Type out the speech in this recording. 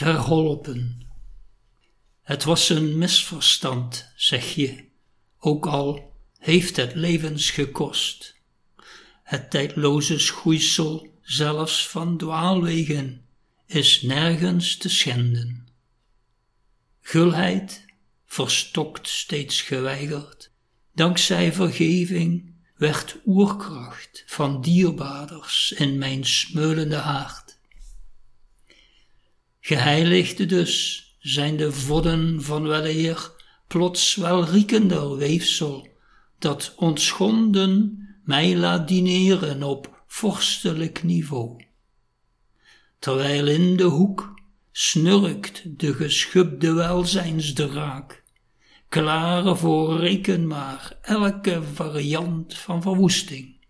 verholpen. Het was een misverstand, zeg je, ook al heeft het levens gekost. Het tijdloze schoeisel, zelfs van dwaalwegen, is nergens te schenden. Gulheid, verstokt steeds geweigerd, dankzij vergeving werd oerkracht van dierbaarders in mijn smeulende haard. Geheiligd dus zijn de vodden van weleer, plots welriekender weefsel, dat ontschonden mij laat dineren op vorstelijk niveau. Terwijl in de hoek snurkt de geschubde welzijnsdraak, klaar voor reken maar elke variant van verwoesting.